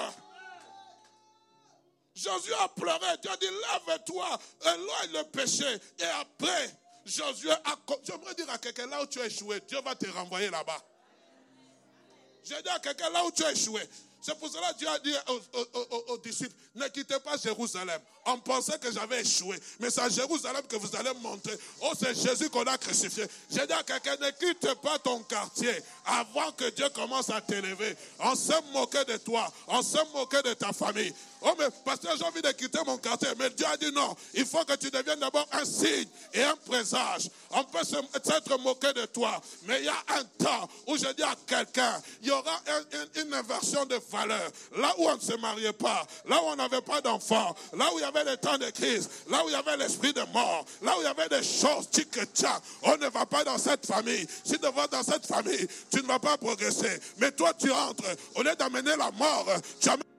Josué a pleuré. Dieu a dit, lève-toi, éloigne le péché. Et après, Josué a... J'aimerais dire à quelqu'un, là où tu as échoué, Dieu va te renvoyer là-bas. J'ai dit à quelqu'un, là où tu as échoué. C'est pour cela que Dieu a dit aux, aux, aux, aux disciples, ne quittez pas Jérusalem. On pensait que j'avais échoué. Mais c'est à Jérusalem que vous allez montrer. Oh, c'est Jésus qu'on a crucifié. J'ai dit à quelqu'un, ne quitte pas ton quartier avant que Dieu commence à t'élever. On s'est moqué de toi. On s'est moqué de ta famille. Oh, mais pasteur, j'ai envie de quitter mon quartier. Mais Dieu a dit non. Il faut que tu deviennes d'abord un signe et un présage. On peut s'être moqué de toi. Mais il y a un temps où je dis à quelqu'un, il y aura un, un, une inversion de valeur. Là où on ne se mariait pas, là où on n'avait pas d'enfants, là où il y avait le temps de crise, là où il y avait l'esprit de mort, là où il y avait des choses, tic-tac, on ne va pas dans cette famille. Si tu vas dans cette famille, tu ne vas pas progresser. Mais toi, tu entres. Au lieu d'amener la mort, tu amènes.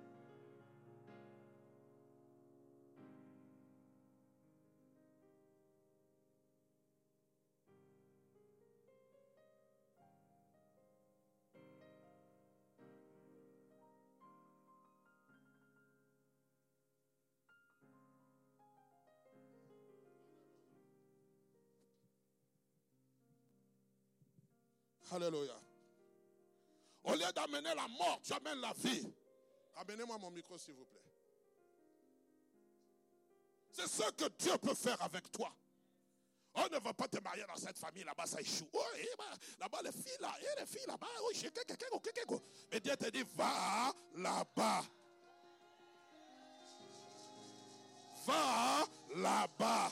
Alléluia. Au lieu d'amener la mort, tu amènes la vie. Amenez-moi mon micro, s'il vous plaît. C'est ce que Dieu peut faire avec toi. On ne va pas te marier dans cette famille là-bas, ça échoue. Oh, là-bas, les filles là, les filles là-bas. Oh, mais Dieu te dit, va là-bas. Va là-bas.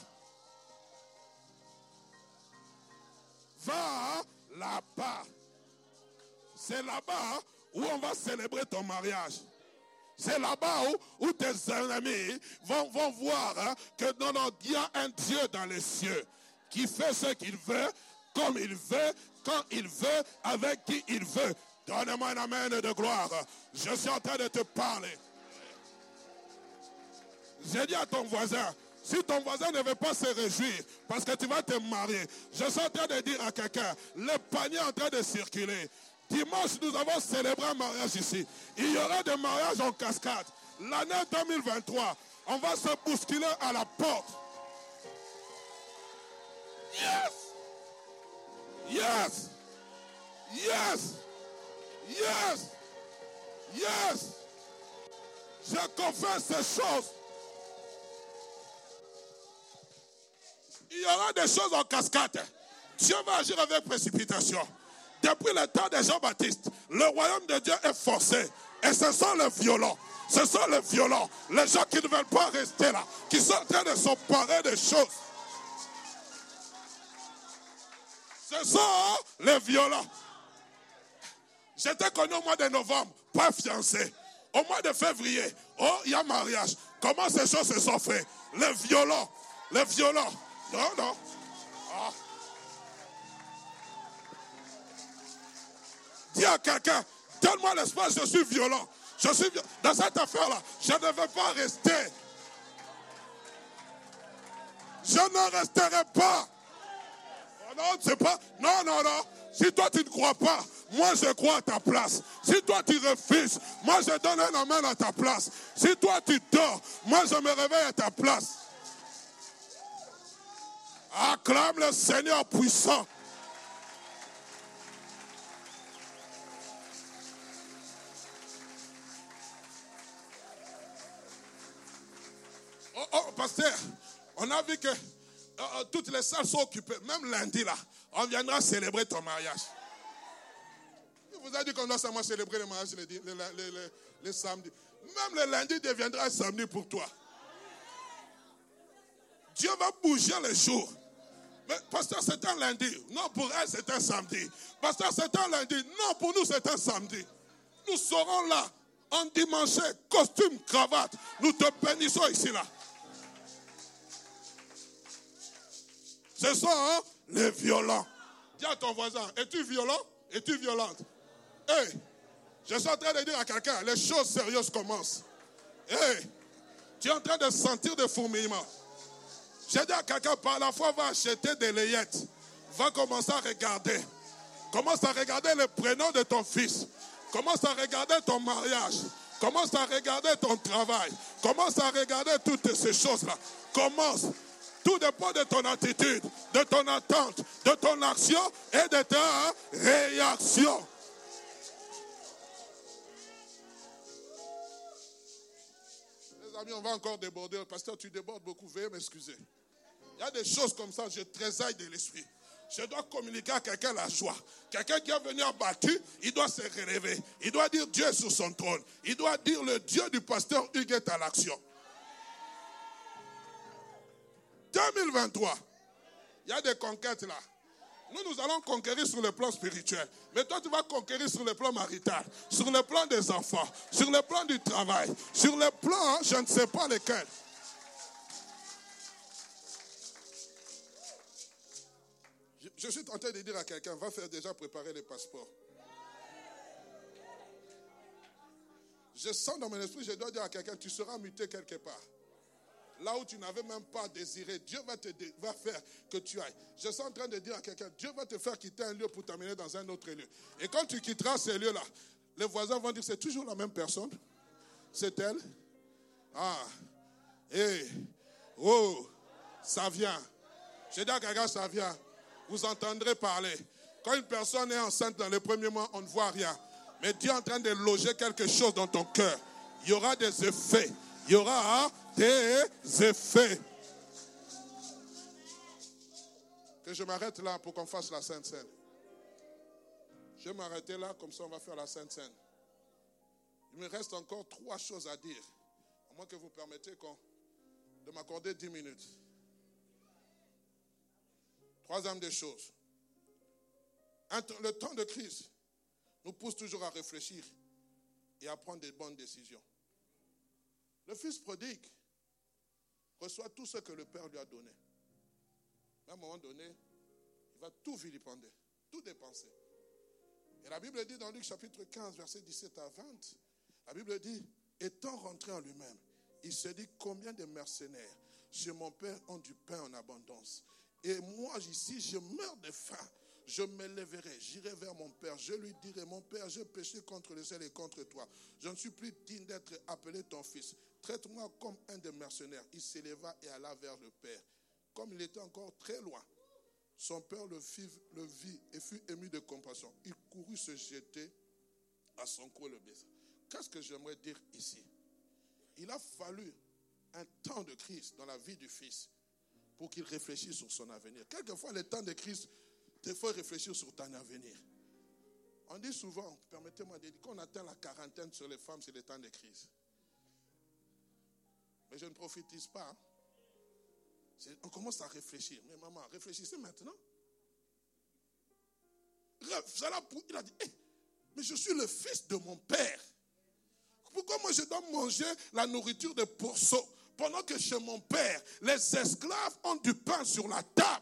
Va là-bas. C'est là-bas où on va célébrer ton mariage. C'est là-bas où, où tes ennemis vont, vont voir hein, que non, non, il y a un Dieu dans les cieux qui fait ce qu'il veut, comme il veut, quand il veut, avec qui il veut. Donne-moi un amen de gloire. Je suis en train de te parler. J'ai dit à ton voisin, si ton voisin ne veut pas se réjouir parce que tu vas te marier, je suis en train de dire à quelqu'un, le panier est en train de circuler. Dimanche, nous avons célébré un mariage ici. Il y aura des mariages en cascade. L'année deux mille vingt-trois, on va se bousculer à la porte. Yes! Yes! Yes! Yes! Yes! Je confesse ces choses. Il y aura des choses en cascade. Dieu va agir avec précipitation. Depuis le temps de Jean-Baptiste, le royaume de Dieu est forcé. Et ce sont les violents. Ce sont les violents. Les gens qui ne veulent pas rester là. Qui sont en train de s'emparer des choses. Ce sont les violents. J'étais connu au mois de novembre, pas fiancé. Au mois de février, oh, il y a mariage. Comment ces choses se sont faites? Les violents. Les violents. Non, non. Ah. Dis à quelqu'un, donne-moi l'espace, je suis violent. Je suis violent. Dans cette affaire-là, je ne vais pas rester. Je ne resterai pas. Oh non, c'est pas. Non, non, non. Si toi tu ne crois pas, moi je crois à ta place. Si toi tu refuses, moi je donne un amen à ta place. Si toi tu dors, moi je me réveille à ta place. Acclame le Seigneur puissant. Oh, oh, pasteur, on a vu que euh, toutes les salles sont occupées. Même lundi, là, on viendra célébrer ton mariage. Il vous a dit qu'on doit seulement célébrer le mariage les, les, les, les, les samedis. Même le lundi deviendra un samedi pour toi. Dieu va bouger les jours. Mais pasteur, c'est un lundi. Non, pour elle, c'est un samedi. Pasteur, c'est un lundi. Non, pour nous, c'est un samedi. Nous serons là, en dimanche, costume, cravate. Nous te bénissons ici, là. Ce sont hein, les violents. Dis à ton voisin, es-tu violent? Es-tu violente? Hé, hey, je suis en train de dire à quelqu'un, les choses sérieuses commencent. Hé, hey, tu es en train de sentir des fourmillements. J'ai dit à quelqu'un, par la foi, va acheter des layettes. Va commencer à regarder. Commence à regarder le prénom de ton fils. Commence à regarder ton mariage. Commence à regarder ton travail. Commence à regarder toutes ces choses-là. Commence. Tout dépend de ton attitude, de ton attente, de ton action et de ta réaction. Les amis, on va encore déborder. Pasteur, tu débordes beaucoup. Veuillez m'excuser. Il y a des choses comme ça, je tressaille de l'esprit. Je dois communiquer à quelqu'un la joie. Quelqu'un qui est venu abattu, il doit se relever. Il doit dire Dieu est sur son trône. Il doit dire le Dieu du pasteur Hugues est à l'action. deux mille vingt-trois, il y a des conquêtes là. Nous, nous allons conquérir sur le plan spirituel. Mais toi, tu vas conquérir sur le plan marital, sur le plan des enfants, sur le plan du travail, sur le plan, je ne sais pas lesquels. Je, je suis tenté de dire à quelqu'un, va faire déjà préparer les passeports. Je sens dans mon esprit, je dois dire à quelqu'un, tu seras muté quelque part. Là où tu n'avais même pas désiré, Dieu va te va faire que tu ailles. Je suis en train de dire à quelqu'un, Dieu va te faire quitter un lieu pour t'amener dans un autre lieu. Et quand tu quitteras ces lieux-là, les voisins vont dire, c'est toujours la même personne. C'est elle. Ah, hé, hey. Oh, ça vient. Je dis à quelqu'un, ça vient. Vous entendrez parler. Quand une personne est enceinte dans les premiers mois, on ne voit rien. Mais Dieu est en train de loger quelque chose dans ton cœur. Il y aura des effets. Il y aura des effets. Que je m'arrête là pour qu'on fasse la Sainte Seine. Je vais m'arrêter là, comme ça on va faire la Sainte Seine. Il me reste encore trois choses à dire. À moins que vous permettez qu'on, de m'accorder dix minutes. Troisième des choses. Le temps de crise nous pousse toujours à réfléchir et à prendre des bonnes décisions. Le fils prodigue reçoit tout ce que le père lui a donné. À un moment donné, il va tout vilipender, tout dépenser. Et la Bible dit dans Luc chapitre quinze, versets dix-sept à vingt, la Bible dit, étant rentré en lui-même, il se dit, combien de mercenaires chez mon père ont du pain en abondance. Et moi ici, je meurs de faim. Je me lèverai, j'irai vers mon père. Je lui dirai, mon père, j'ai péché contre le ciel et contre toi. Je ne suis plus digne d'être appelé ton fils. Traite-moi comme un des mercenaires. Il s'éleva et alla vers le père. Comme il était encore très loin, son père le vit, le vit et fut ému de compassion. Il courut se jeter à son cou et le baisa. Qu'est-ce que j'aimerais dire ici? Il a fallu un temps de crise dans la vie du fils pour qu'il réfléchisse sur son avenir. Quelquefois, le temps de crise, il faut réfléchir sur ton avenir. On dit souvent, permettez-moi de dire, qu'on atteint la quarantaine sur les femmes, c'est le temps de crise. Mais je ne prophétise pas. Hein. C'est, on commence à réfléchir. Mais maman, réfléchissez maintenant. Il a dit, hey, mais je suis le fils de mon père. Pourquoi moi je dois manger la nourriture de pourceaux pendant que chez mon père, les esclaves ont du pain sur la table?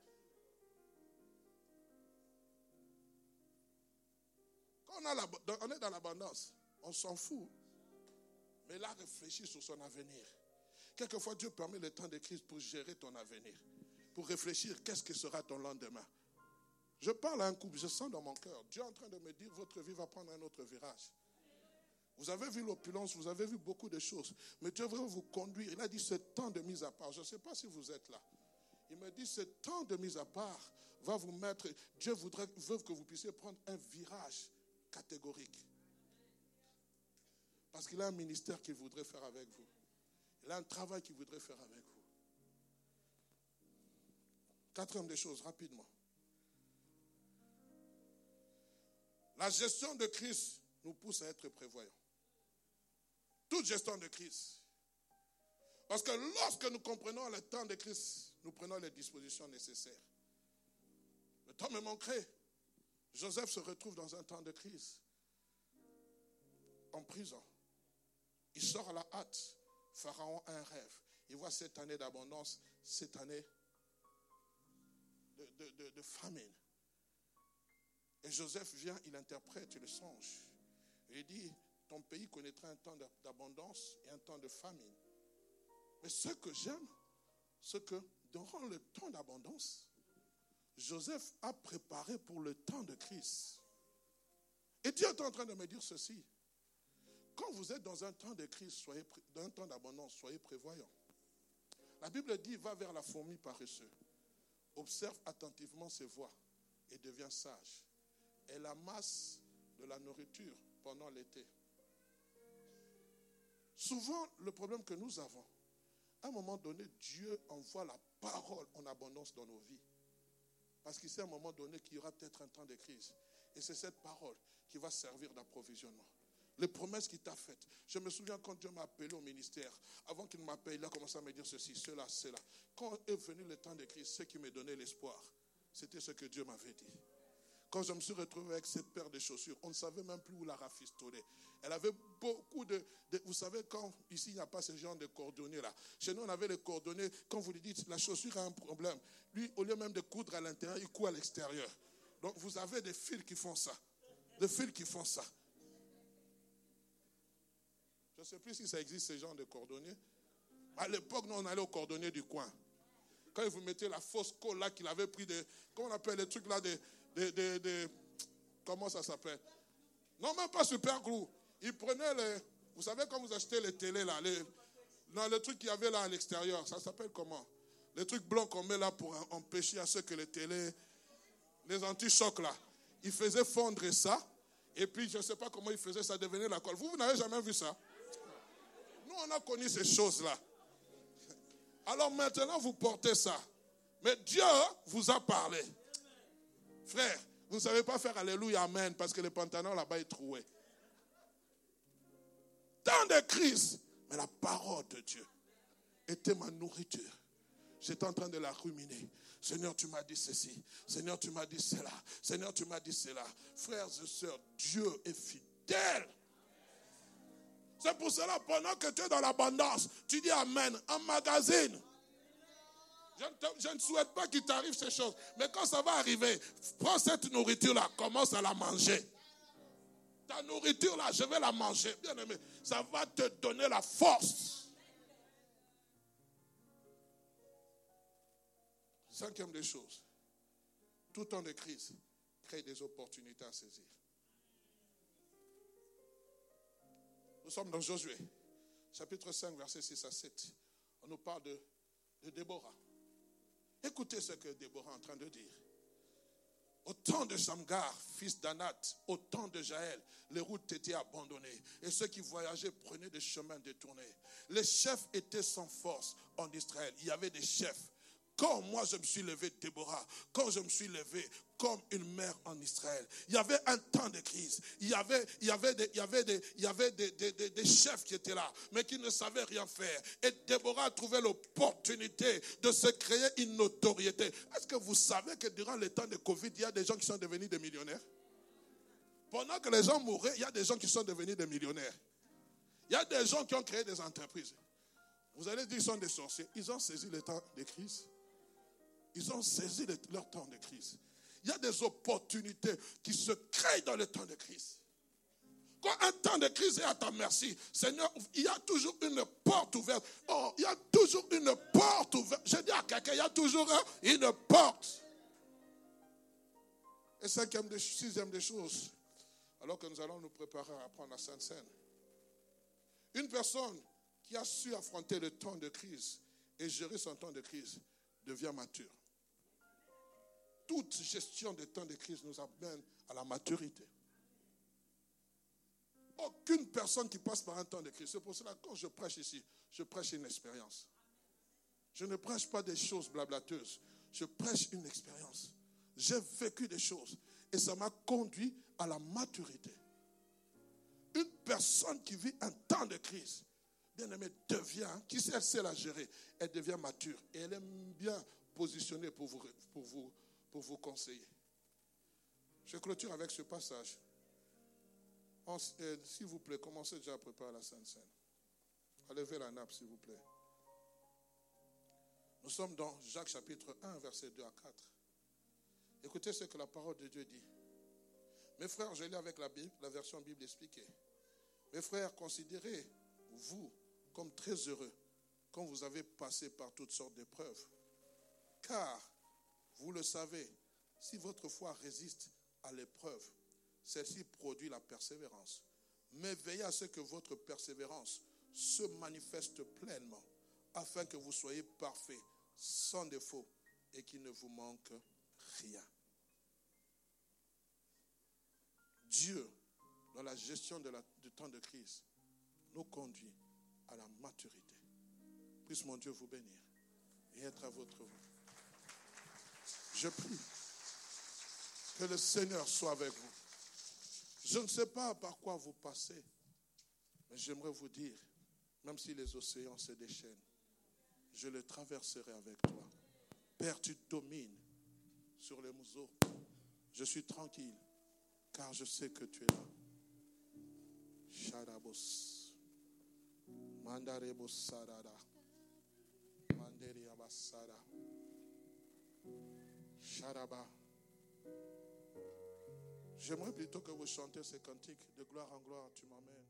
Quand on, a la, on est dans l'abondance, on s'en fout. Mais là, réfléchis sur son avenir. Quelquefois, Dieu permet le temps de crise pour gérer ton avenir. Pour réfléchir, qu'est-ce que sera ton lendemain? Je parle à un couple, je sens dans mon cœur. Dieu est en train de me dire, votre vie va prendre un autre virage. Vous avez vu l'opulence, vous avez vu beaucoup de choses. Mais Dieu veut vous conduire. Il a dit, ce temps de mise à part. Je ne sais pas si vous êtes là. Il me dit, ce temps de mise à part va vous mettre... Dieu voudrait, veut que vous puissiez prendre un virage catégorique. Parce qu'il a un ministère qu'il voudrait faire avec vous. Il a un travail qu'il voudrait faire avec vous. Quatrième des choses, rapidement. La gestion de crise nous pousse à être prévoyants. Toute gestion de crise. Parce que lorsque nous comprenons le temps de crise, nous prenons les dispositions nécessaires. Le temps me manquerait. Joseph se retrouve dans un temps de crise. En prison. Il sort à la hâte. Pharaon a un rêve. Il voit cette année d'abondance, cette année de, de, de, de famine. Et Joseph vient, il interprète le songe. Il dit, ton pays connaîtra un temps d'abondance et un temps de famine. Mais ce que j'aime, c'est que durant le temps d'abondance, Joseph a préparé pour le temps de crise. Et Dieu est en train de me dire ceci. Quand vous êtes dans un temps de crise, soyez, dans un temps d'abondance, soyez prévoyants. La Bible dit, va vers la fourmi paresseuse. Observe attentivement ses voies et deviens sage. Elle amasse de la nourriture pendant l'été. Souvent, le problème que nous avons, à un moment donné, Dieu envoie la parole en abondance dans nos vies. Parce qu'il sait à un moment donné qu'il y aura peut-être un temps de crise. Et c'est cette parole qui va servir d'approvisionnement. Les promesses qu'il t'a faites. Je me souviens quand Dieu m'a appelé au ministère. Avant qu'il m'appelle, il a commencé à me dire ceci, cela, cela. Quand est venu le temps de crise, ce qui me donnait l'espoir, c'était ce que Dieu m'avait dit. Quand je me suis retrouvé avec cette paire de chaussures, on ne savait même plus où la rafistoler. Elle avait beaucoup de, de... Vous savez, quand ici, il n'y a pas ce genre de cordonniers là. Chez nous, on avait les cordonniers. Quand vous lui dites, la chaussure a un problème. Lui, au lieu même de coudre à l'intérieur, il coud à l'extérieur. Donc, vous avez des fils qui font ça. Des fils qui font ça. Je ne sais plus si ça existe, ce genre de cordonniers. À l'époque, nous, on allait au cordonnier du coin. Quand il vous mettait la fausse colle là, qu'il avait pris de... Comment on appelle les trucs là de... de, de, de comment ça s'appelle? Non, même pas super glue. Il prenait les... Vous savez quand vous achetez les télés là, les, non, le truc qu'il y avait là à l'extérieur, ça s'appelle comment? Les trucs blancs qu'on met là pour empêcher à ceux que les télés... Les anti-chocs là. Il faisait fondre ça. Et puis, je ne sais pas comment il faisait, ça devenait la colle. Vous, vous n'avez jamais vu ça? Nous, on a connu ces choses-là. Alors maintenant, vous portez ça. Mais Dieu vous a parlé. Frère, vous ne savez pas faire alléluia, amen, parce que le pantalon là-bas est troué. Tant de crise, mais la parole de Dieu était ma nourriture. J'étais en train de la ruminer. Seigneur, tu m'as dit ceci. Seigneur, tu m'as dit cela. Seigneur, tu m'as dit cela. Frères et sœurs, Dieu est fidèle. C'est pour cela, pendant que tu es dans l'abondance, tu dis Amen, emmagasine. Je ne, te, je ne souhaite pas qu'il t'arrive ces choses. Mais quand ça va arriver, prends cette nourriture-là, commence à la manger. Ta nourriture-là, je vais la manger. Bien aimé, ça va te donner la force. Cinquième des choses. Tout temps de crise crée des opportunités à saisir. Nous sommes dans Josué, chapitre cinq, versets six à sept. On nous parle de, de Déborah. Écoutez ce que Déborah est en train de dire. Au temps de Shamgar, fils d'Anat, au temps de Jaël, les routes étaient abandonnées et ceux qui voyageaient prenaient des chemins détournés. Les chefs étaient sans force en Israël. Il y avait des chefs. Quand moi je me suis levé, Déborah, quand je me suis levé comme une mère en Israël, il y avait un temps de crise. Il y avait, il y avait, des, il y avait, des, il y avait des, des, des, des chefs qui étaient là, mais qui ne savaient rien faire. Et Déborah a trouvé l'opportunité de se créer une notoriété. Est-ce que vous savez que durant les temps de Covid, il y a des gens qui sont devenus des millionnaires? Pendant que les gens mouraient, il y a des gens qui sont devenus des millionnaires. Il y a des gens qui ont créé des entreprises. Vous allez dire qu'ils sont des sorciers. Ils ont saisi le temps de crise. Ils ont saisi le, leur temps de crise. Il y a des opportunités qui se créent dans le temps de crise. Quand un temps de crise est à ta merci, Seigneur, il y a toujours une porte ouverte. Oh, il y a toujours une porte ouverte. Je dis à quelqu'un, il y a toujours une porte. Et cinquième, de, sixième des choses, alors que nous allons nous préparer à prendre la Sainte Seine. Une personne qui a su affronter le temps de crise et gérer son temps de crise devient mature. Toute gestion des temps de crise nous amène à la maturité. Aucune personne qui passe par un temps de crise. C'est pour cela que quand je prêche ici, je prêche une expérience. Je ne prêche pas des choses blablateuses. Je prêche une expérience. J'ai vécu des choses et ça m'a conduit à la maturité. Une personne qui vit un temps de crise, bien aimée, devient, qui sait, elle sait la gérer, elle devient mature et elle est bien positionnée pour vous, pour vous, pour vous conseiller. Je clôture avec ce passage. En, euh, s'il vous plaît, commencez déjà à préparer la Sainte Seine. Enlevez la nappe, s'il vous plaît. Nous sommes dans Jacques chapitre un, versets deux à quatre. Écoutez ce que la parole de Dieu dit. Mes frères, je lis avec la Bible, la version Bible expliquée. Mes frères, considérez-vous comme très heureux quand vous avez passé par toutes sortes d'épreuves. Car, vous le savez, si votre foi résiste à l'épreuve, celle-ci produit la persévérance. Mais veillez à ce que votre persévérance se manifeste pleinement, afin que vous soyez parfaits, sans défaut, et qu'il ne vous manque rien. Dieu, dans la gestion de la, du temps de crise, nous conduit à la maturité. Puisse mon Dieu vous bénir et être à votre voix. Je prie que le Seigneur soit avec vous. Je ne sais pas par quoi vous passez, mais j'aimerais vous dire, même si les océans se déchaînent, je les traverserai avec toi. Père, tu domines sur les eaux. Je suis tranquille, car je sais que tu es là. Sharabos. Mandarebos sarada. Manderiabasara. Sharaba. J'aimerais plutôt que vous chantez ces cantiques de gloire en gloire. Tu m'emmènes.